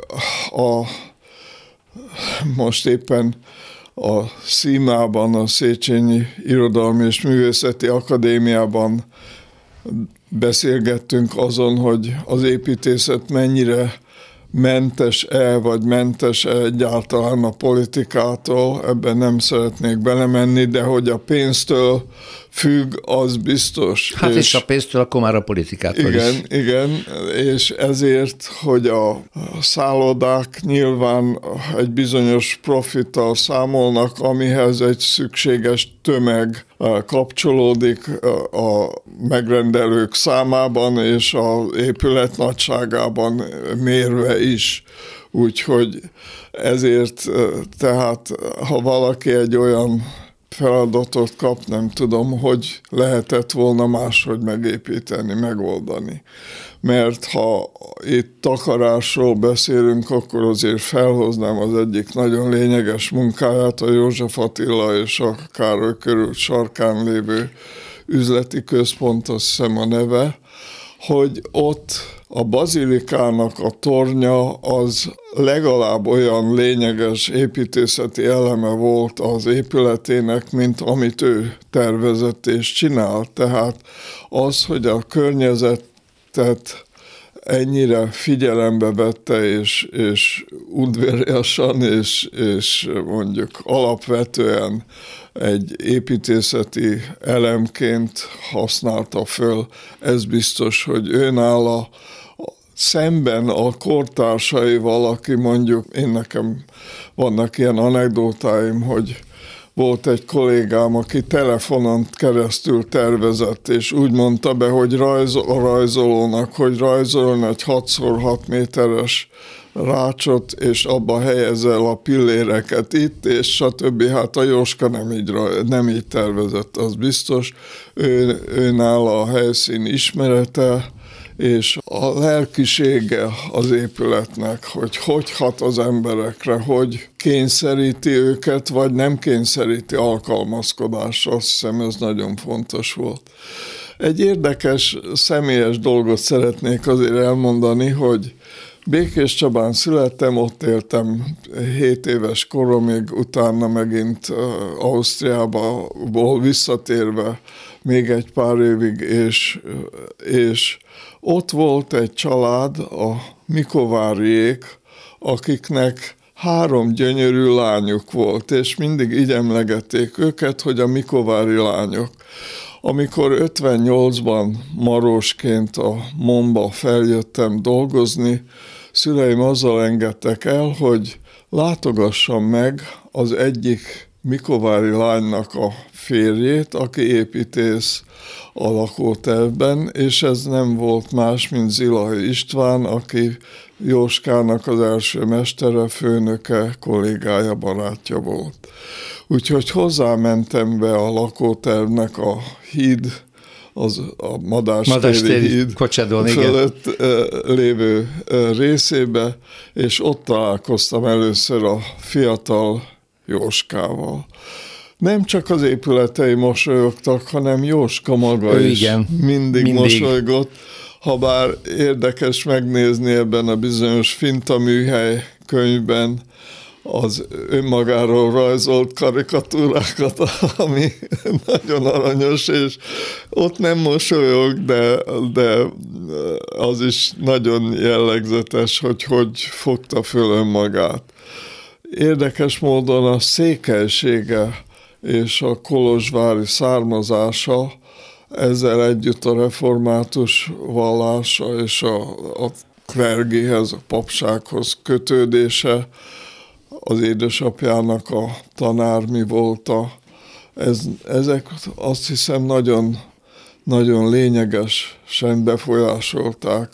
most éppen a SZIMÁ-ban, a Széchenyi Irodalmi és Művészeti Akadémiában beszélgettünk azon, hogy az építészet mennyire mentes-e, vagy mentes-e egyáltalán a politikától, ebben nem szeretnék belemenni, de hogy a pénztől függ, az biztos. Hát és a pénztől, akkor már a politikától igen, is. Igen, és ezért, hogy a szállodák nyilván egy bizonyos profittal számolnak, amihez egy szükséges tömeg kapcsolódik a megrendelők számában és az épület nagyságában mérve is. Úgyhogy ezért, tehát ha valaki egy olyan feladatot kap, nem tudom, hogy lehetett volna máshogy megépíteni, megoldani. Mert ha itt takarásról beszélünk, akkor azért felhoznám az egyik nagyon lényeges munkáját, a József Attila és a Károly körút sarkán lévő üzleti központ, azt hiszem a neve, hogy ott a bazilikának a tornya az legalább olyan lényeges építészeti eleme volt az épületének, mint amit ő tervezett és csinált. Tehát az, hogy a környezetet ennyire figyelembe vette, és udvariasan, és mondjuk alapvetően egy építészeti elemként használta föl. Ez biztos, hogy őnála szemben a kortársaival, aki mondjuk, én nekem vannak ilyen anekdótáim, hogy volt egy kollégám, aki telefonon keresztül tervezett, és úgy mondta be, hogy a rajzolónak, hogy rajzoljon egy 6x6 méteres rácsot, és abba helyezze el a pilléreket itt, és stb. Hát a Jóska nem így tervezett, az biztos. Őnála a helyszín ismerete, és a lelkisége az épületnek, hogy hat az emberekre, hogy kényszeríti őket, vagy nem kényszeríti alkalmazkodásra, azt hiszem ez nagyon fontos volt. Egy érdekes, személyes dolgot szeretnék azért elmondani, hogy Békés Csabán születtem, ott éltem 7 éves koromig, utána megint Ausztriából visszatérve még egy pár évig, és ott volt egy család, a Mikováriék, akiknek 3 gyönyörű lányuk volt, és mindig így emlegették őket, hogy a mikovári lányok. Amikor 58-ban marósként a MON-ba feljöttem dolgozni, szüleim azzal engedtek el, hogy látogassam meg az egyik mikovári lánynak a férjét, aki építész a lakótervben, és ez nem volt más, mint Zilahi István, aki Jóskának az első mestere, főnöke, kollégája, barátja volt. Úgyhogy hozzámentem be a lakótervnek a híd, a Madástéri híd fölött lévő részébe, és ott találkoztam először a fiatal Jóskával. Nem csak az épületei mosolyogtak, hanem Jóska maga is mindig mosolygott. Habár érdekes megnézni ebben a bizonyos Finta-műhely könyvben az önmagáról rajzolt karikatúrákat, ami nagyon aranyos, és ott nem mosolyog, de az is nagyon jellegzetes, hogy fogta föl önmagát. Érdekes módon a székelysége és a kolozsvári származása, ezzel együtt a református vallása és a klergihez, a papsághoz kötődése, az édesapjának a tanármi volta. Ezek azt hiszem nagyon, nagyon lényegesen befolyásolták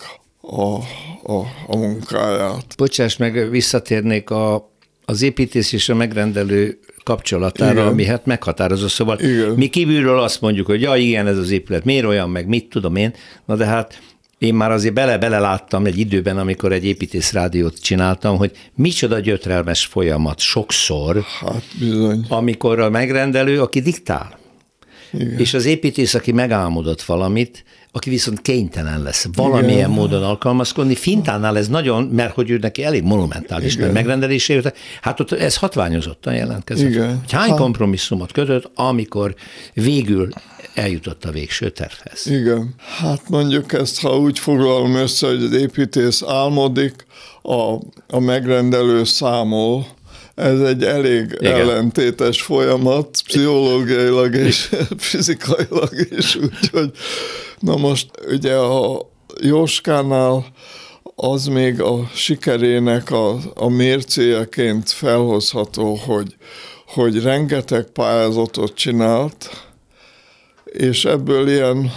a munkáját. Bocsáss meg, visszatérnék az építész és a megrendelő kapcsolatára, igen, ami hát meghatározó. Szóval igen, mi kívülről azt mondjuk, hogy ja, igen, ez az épület, miért olyan, meg mit tudom én, na de hát én már azért bele láttam egy időben, amikor egy építészrádiót csináltam, hogy micsoda gyötrelmes folyamat sokszor, hát bizony, amikor a megrendelő, aki diktál, igen, és az építész, aki megálmodott valamit, aki viszont kénytelen lesz valamilyen igen, módon alkalmazkodni. Fintánál ez nagyon, mert hogy ő neki elég monumentális megrendeléséért, hát ott ez hatványozottan jelentkezett. Igen. Hány kompromisszumot kötött, amikor végül eljutott a végső tervhez. Igen. Hát mondjuk ezt, ha úgy foglalom össze, hogy az építész álmodik, a megrendelő számol, ez egy elég ellentétes folyamat, pszichológiailag és fizikailag is, úgyhogy na most ugye a Jóskánál az még a sikerének a mércéjeként felhozható, hogy rengeteg pályázatot csinált, és ebből ilyen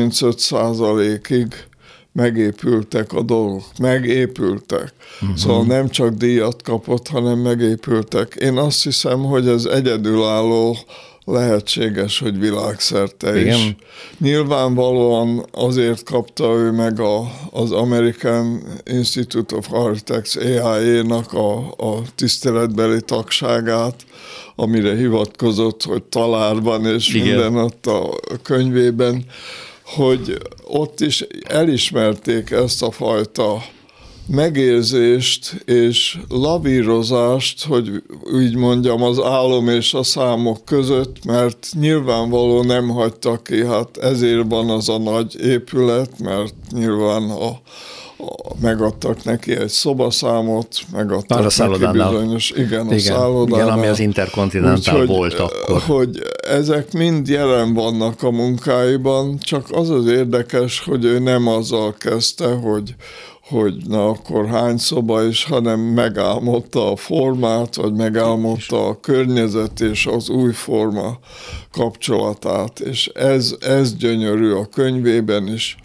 35%-ig megépültek a dolgok. Megépültek. Szóval nem csak díjat kapott, hanem megépültek. Én azt hiszem, hogy ez egyedülálló lehetséges, hogy világszerte is. Nyilvánvalóan azért kapta ő meg az American Institute of Architects, AIA-nak a tiszteletbeli tagságát, amire hivatkozott, hogy talárban és minden ott a könyvében, hogy ott is elismerték ezt a fajta megérzést és lavírozást, hogy úgy mondjam, az álom és a számok között, mert nyilvánvaló nem hagyta ki, hát ezért van az a nagy épület, mert nyilván megadtak neki egy szobaszámot, megadtak neki bizonyos, a szállodánál. Igen, ami az Intercontinental volt akkor. Hogy ezek mind jelen vannak a munkáiban, csak az érdekes, hogy ő nem azzal kezdte, hogy na akkor hány szoba is, hanem megálmodta a formát, vagy megálmodta a környezet és az új forma kapcsolatát, és ez gyönyörű a könyvében is.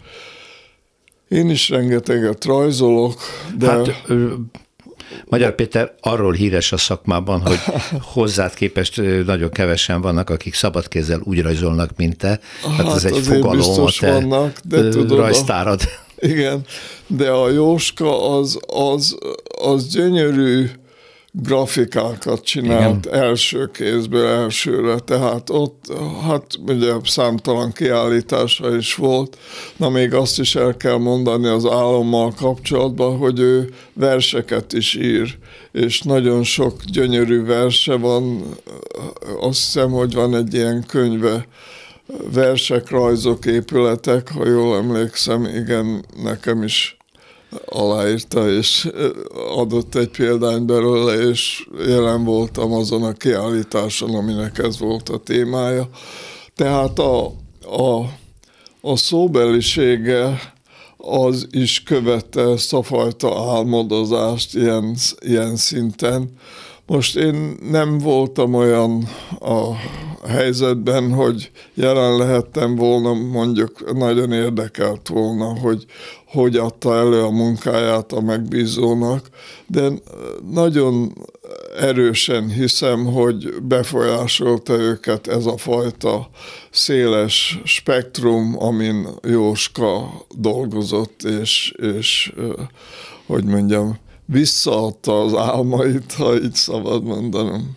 Én is rengeteget rajzolok, de... Hát, Magyar Péter arról híres a szakmában, hogy hozzád képest nagyon kevesen vannak, akik szabadkézzel úgy rajzolnak, mint te. Hát ez egy fogalom, a te vannak, de rajztárad. Igen, de a Jóska az gyönyörű grafikákat csinált első kézből elsőre, tehát ott hát ugye számtalan kiállítása is volt. Na még azt is el kell mondani az álommal kapcsolatban, hogy ő verseket is ír, és nagyon sok gyönyörű verse van. Azt hiszem, hogy van egy ilyen könyve, versek, rajzok, épületek, ha jól emlékszem, igen, nekem is aláírta, és adott egy példányt belőle, és jelen voltam azon a kiállításon, aminek ez volt a témája. Tehát a szóbelisége az is követte ezt a fajta álmodozást ilyen szinten. Most én nem voltam olyan a helyzetben, hogy jelen lehettem volna, mondjuk nagyon érdekelt volna, hogy adta elő a munkáját a megbízónak, de nagyon erősen hiszem, hogy befolyásolta őket ez a fajta széles spektrum, amin Jóska dolgozott, és hogy mondjam, visszaadta az álmait, ha így szabad mondanom.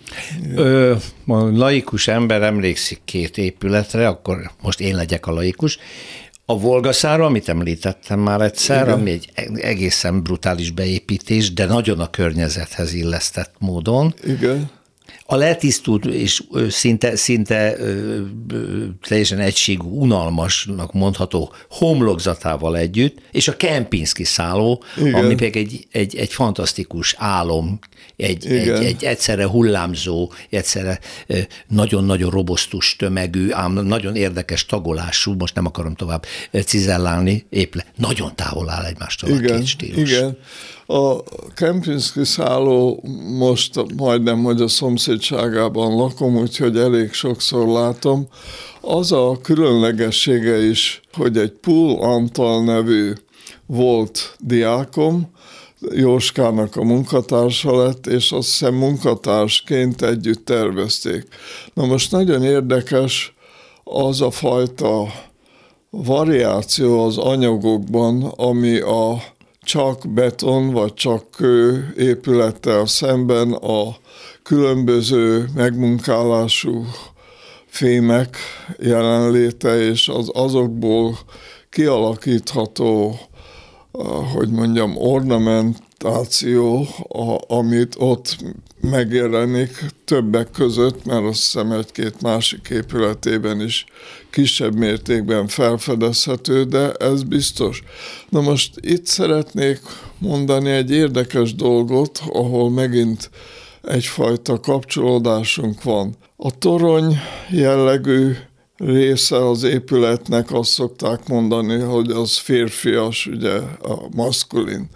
A laikus ember emlékszik két épületre, akkor most én legyek a laikus. A Volgaszára, amit említettem már egyszer, igen, ami egy egészen brutális beépítés, de nagyon a környezethez illesztett módon. Igen. A letisztult és szinte teljesen egységű, unalmasnak mondható homlokzatával együtt, és a Kempinski szálló, igen, ami pedig egy fantasztikus álom, egy egyszerre hullámzó, egyszerre nagyon-nagyon robosztus tömegű, ám nagyon érdekes tagolású, most nem akarom tovább cizellálni, épp nagyon távol áll egymástól a két stílus. Igen. A Kempinski szálló most majdnem, hogy a szomszédságában lakom, úgyhogy elég sokszor látom. Az a különlegessége is, hogy egy Pul Antal nevű volt diákom, Jóskának a munkatársa lett, és azt hiszem munkatársként együtt tervezték. Na most nagyon érdekes az a fajta variáció az anyagokban, ami a csak beton vagy csak kő épülettel szemben a különböző megmunkálású fémek jelenléte, és az azokból kialakítható, hogy mondjam, ornamentáció, amit ott megjelenik többek között, mert azt hiszem egy-két másik épületében is kisebb mértékben felfedezhető, de ez biztos. Na most itt szeretnék mondani egy érdekes dolgot, ahol megint egyfajta kapcsolódásunk van. A torony jellegű része az épületnek, azt szokták mondani, hogy az férfias, ugye a maszkulin.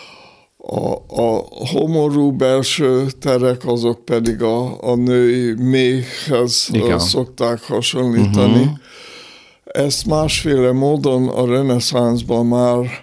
A homorú belső terek, azok pedig a női méhhez szokták hasonlítani. Ezt másféle módon a reneszánszban már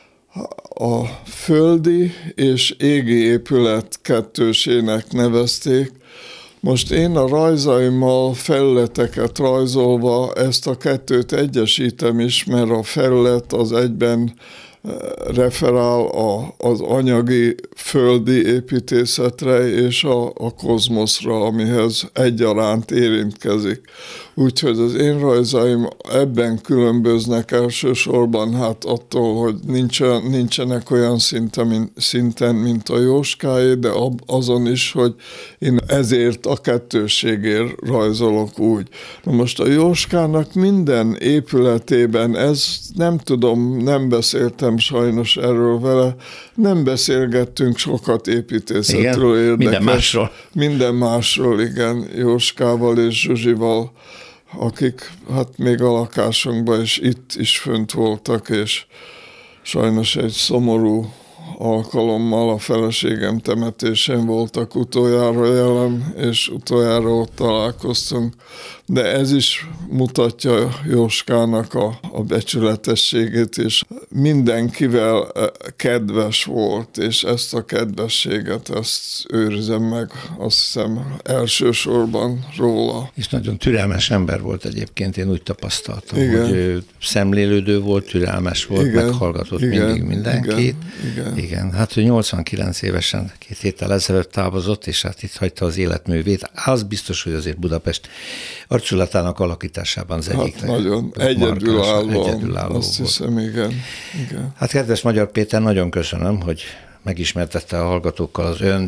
a földi és égi épület kettősének nevezték. Most én a rajzaimmal felületeket rajzolva ezt a kettőt egyesítem is, mert a felület az egyben referál az anyagi földi építészetre és a kozmoszra, amihez egyaránt érintkezik. Úgyhogy az én rajzaim ebben különböznek elsősorban attól, hogy nincsenek olyan szinten, mint a Jóskáé, de azon is, hogy én ezért a kettőségért rajzolok úgy. Na most a Jóskának minden épületében, nem tudom, nem beszéltem sajnos erről vele, nem beszélgettünk sokat építészetről, érdekes. Minden másról, igen, Jóskával és Zsuzsival, akik még a lakásunkban is itt is fönt voltak, és sajnos egy szomorú alkalommal a feleségem temetésén voltak utoljára jelen, és utoljára ott találkoztunk. De ez is mutatja Jóskának a becsületességét, és mindenkivel kedves volt, és ezt a kedvességet, ezt őrizem meg, azt hiszem, elsősorban róla. És nagyon türelmes ember volt egyébként, én úgy tapasztaltam, hogy ő szemlélődő volt, türelmes volt, meghallgatott mindig mindenkit. Igen, hát ő 89 évesen 2 héttel ezelőtt távozott, és hát itt hagyta az életművét. Az biztos, hogy azért Budapest arculatának alakításában az egyik nagyon egyedülálló azt hiszem, igen. Hát kedves Magyar Péter, nagyon köszönöm, hogy megismertette a hallgatókkal az ön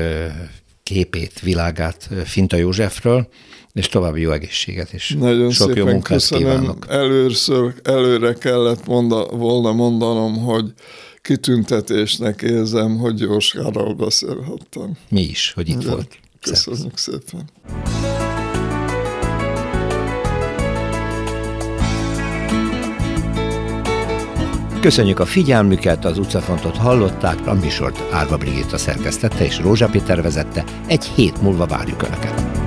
képét, világát Finta Józsefről, és további jó egészséget, és nagyon sok jó munkát köszönöm. Kívánok. Előre kellett volna mondanom, hogy kitüntetésnek érzem, hogy Jóskáról beszélhettem. Mi is, hogy itt volt. Köszönjük szépen. Köszönjük a figyelmüket, az utcafontot hallották, a műsort Árva Brigitta szerkesztette és Rózsa Péter vezette. Egy hét múlva várjuk Önöket.